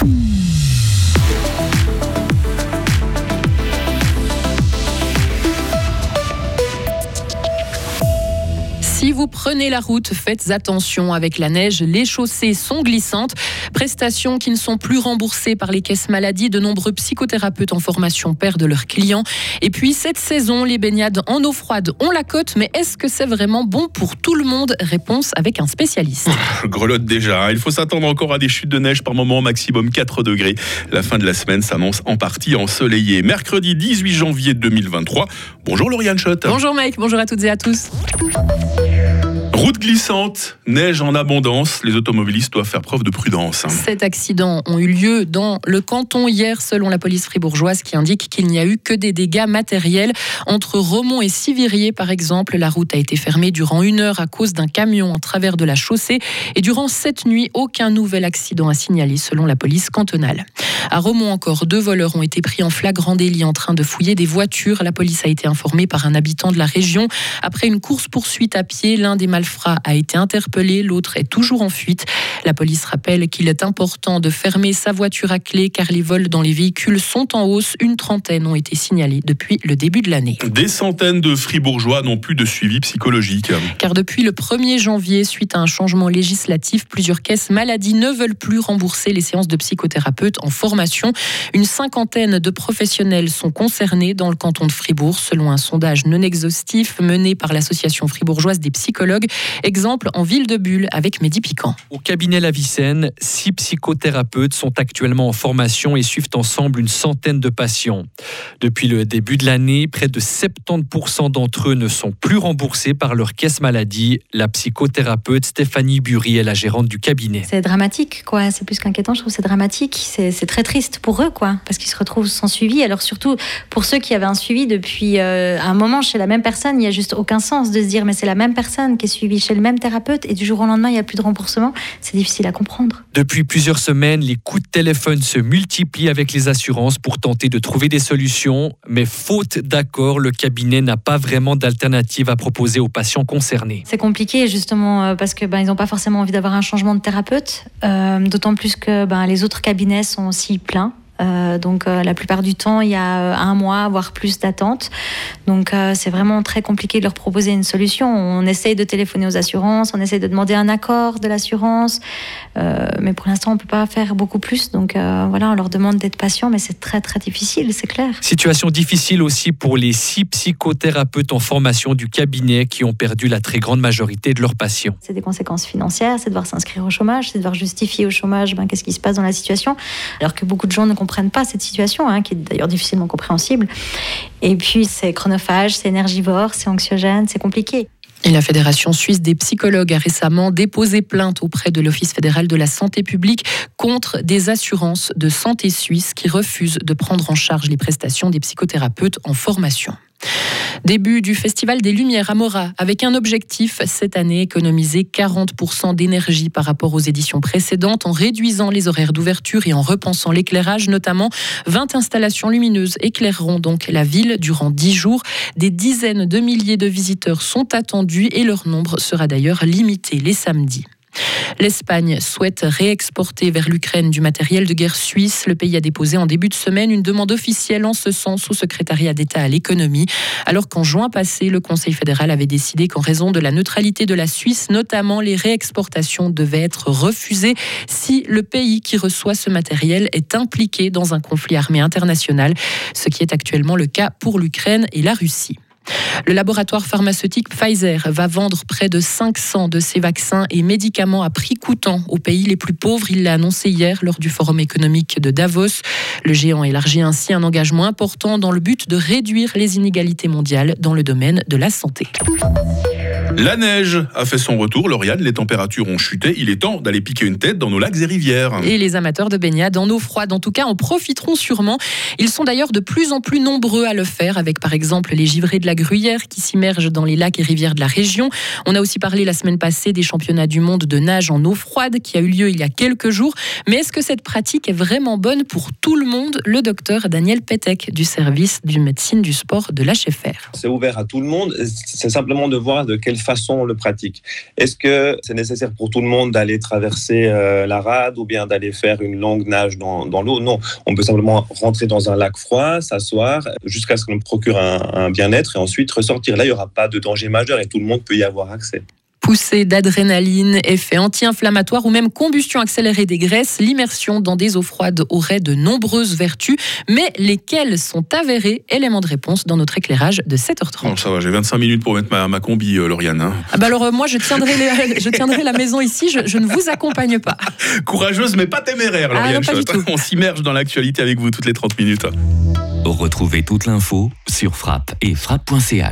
Si vous prenez la route, faites attention avec la neige, les chaussées sont glissantes. Prestations qui ne sont plus remboursées par les caisses maladie. De nombreux psychothérapeutes en formation perdent leurs clients. Et puis cette saison, les baignades en eau froide ont la cote. Mais est-ce que c'est vraiment bon pour tout le monde ? Réponse avec un spécialiste. Grelotte déjà. Il faut s'attendre encore à des chutes de neige par moment, maximum 4 degrés. La fin de la semaine s'annonce en partie ensoleillée. Mercredi 18 janvier 2023. Bonjour Lauriane Schott. Bonjour Mike, bonjour à toutes et à tous. Route glissante, neige en abondance, les automobilistes doivent faire preuve de prudence. 7 accidents ont eu lieu dans le canton hier, selon la police fribourgeoise, qui indique qu'il n'y a eu que des dégâts matériels. Entre Romont et Sivirier, par exemple, la route a été fermée durant 1 heure à cause d'un camion en travers de la chaussée. Et durant cette nuit, aucun nouvel accident à signaler, selon la police cantonale. À Romont encore, 2 voleurs ont été pris en flagrant délit en train de fouiller des voitures. La police a été informée par un habitant de la région. Après une course-poursuite à pied, l'un des malfrats a été interpellé, l'autre est toujours en fuite. La police rappelle qu'il est important de fermer sa voiture à clé car les vols dans les véhicules sont en hausse. Une trentaine ont été signalés depuis le début de l'année. Des centaines de Fribourgeois n'ont plus de suivi psychologique. Car depuis le 1er janvier, suite à un changement législatif, plusieurs caisses maladie ne veulent plus rembourser les séances de psychothérapeutes en formation. Une 50aine de professionnels sont concernés dans le canton de Fribourg, selon un sondage non exhaustif mené par l'association fribourgeoise des psychologues. Exemple en ville de Bulle avec Mehdi Piquant. Au cabinet La Vicenne, 6 psychothérapeutes sont actuellement en formation et suivent ensemble une centaine de patients. Depuis le début de l'année, près de 70% d'entre eux ne sont plus remboursés par leur caisse maladie. La psychothérapeute Stéphanie Bury est la gérante du cabinet. C'est dramatique, quoi. C'est plus qu'inquiétant, je trouve que c'est dramatique. C'est très triste pour eux, quoi, parce qu'ils se retrouvent sans suivi. Alors surtout pour ceux qui avaient un suivi depuis un moment chez la même personne, il n'y a juste aucun sens de se dire mais c'est la même personne qui est suivie chez le même thérapeute et du jour au lendemain il n'y a plus de remboursement. C'est difficile à comprendre. Depuis plusieurs semaines, les coups de téléphone se multiplient avec les assurances pour tenter de trouver des solutions, mais faute d'accord, le cabinet n'a pas vraiment d'alternative à proposer aux patients concernés. C'est compliqué justement parce que ils n'ont pas forcément envie d'avoir un changement de thérapeute, d'autant plus que les autres cabinets sont aussi pleins. Donc la plupart du temps il y a 1 mois voire plus d'attente, donc c'est vraiment très compliqué de leur proposer une solution. On essaye de téléphoner aux assurances, on essaye de demander un accord de l'assurance, mais pour l'instant on peut pas faire beaucoup plus, donc on leur demande d'être patient, mais c'est très très difficile, c'est clair. Situation difficile aussi pour les 6 psychothérapeutes en formation du cabinet qui ont perdu la très grande majorité de leurs patients. C'est des conséquences financières, c'est devoir s'inscrire au chômage, c'est devoir justifier au chômage qu'est-ce qui se passe dans la situation, alors que beaucoup de gens ne comprennent pas cette situation, qui est d'ailleurs difficilement compréhensible. Et puis c'est chronophage, c'est énergivore, c'est anxiogène, c'est compliqué. Et la Fédération suisse des psychologues a récemment déposé plainte auprès de l'Office fédéral de la santé publique contre des assurances de santé suisses qui refusent de prendre en charge les prestations des psychothérapeutes en formation. Début du Festival des Lumières à Morat, avec un objectif cette année, économiser 40% d'énergie par rapport aux éditions précédentes en réduisant les horaires d'ouverture et en repensant l'éclairage. Notamment, 20 installations lumineuses éclaireront donc la ville durant 10 jours. Des dizaines de milliers de visiteurs sont attendus et leur nombre sera d'ailleurs limité les samedis. L'Espagne souhaite réexporter vers l'Ukraine du matériel de guerre suisse. Le pays a déposé en début de semaine une demande officielle en ce sens au secrétariat d'État à l'économie, alors qu'en juin passé, le Conseil fédéral avait décidé qu'en raison de la neutralité de la Suisse, notamment les réexportations devaient être refusées si le pays qui reçoit ce matériel est impliqué dans un conflit armé international, ce qui est actuellement le cas pour l'Ukraine et la Russie. Le laboratoire pharmaceutique Pfizer va vendre près de 500 de ses vaccins et médicaments à prix coûtant aux pays les plus pauvres. Il l'a annoncé hier lors du forum économique de Davos. Le géant élargit ainsi un engagement important dans le but de réduire les inégalités mondiales dans le domaine de la santé. La neige a fait son retour, Lauriane, les températures ont chuté, il est temps d'aller piquer une tête dans nos lacs et rivières. Et les amateurs de baignade en eau froide, en tout cas, en profiteront sûrement. Ils sont d'ailleurs de plus en plus nombreux à le faire, avec par exemple les givrés de la Gruyère qui s'immergent dans les lacs et rivières de la région. On a aussi parlé la semaine passée des championnats du monde de nage en eau froide qui a eu lieu il y a quelques jours. Mais est-ce que cette pratique est vraiment bonne pour tout le monde ? Le docteur Daniel Petek du service de médecine du sport de l'HFR. C'est ouvert à tout le monde, c'est simplement de voir de quelle façon on le pratique. Est-ce que c'est nécessaire pour tout le monde d'aller traverser la rade ou bien d'aller faire une longue nage dans l'eau? Non, on peut simplement rentrer dans un lac froid, s'asseoir jusqu'à ce qu'on procure un bien-être et ensuite ressortir. Là, il n'y aura pas de danger majeur et tout le monde peut y avoir accès. Poussée d'adrénaline, effet anti-inflammatoire ou même combustion accélérée des graisses, l'immersion dans des eaux froides aurait de nombreuses vertus, mais lesquelles sont avérées? Élément de réponse dans notre éclairage de 7h30. Bon, ça va, j'ai 25 minutes pour mettre ma combi, Lauriane. Hein. Ah bah alors moi je tiendrai la maison ici, je ne vous accompagne pas. Courageuse mais pas téméraire, Lauriane. Non, pas du tout. On s'immerge dans l'actualité avec vous toutes les 30 minutes. Retrouvez toute l'info sur Frappe et frappe.ch.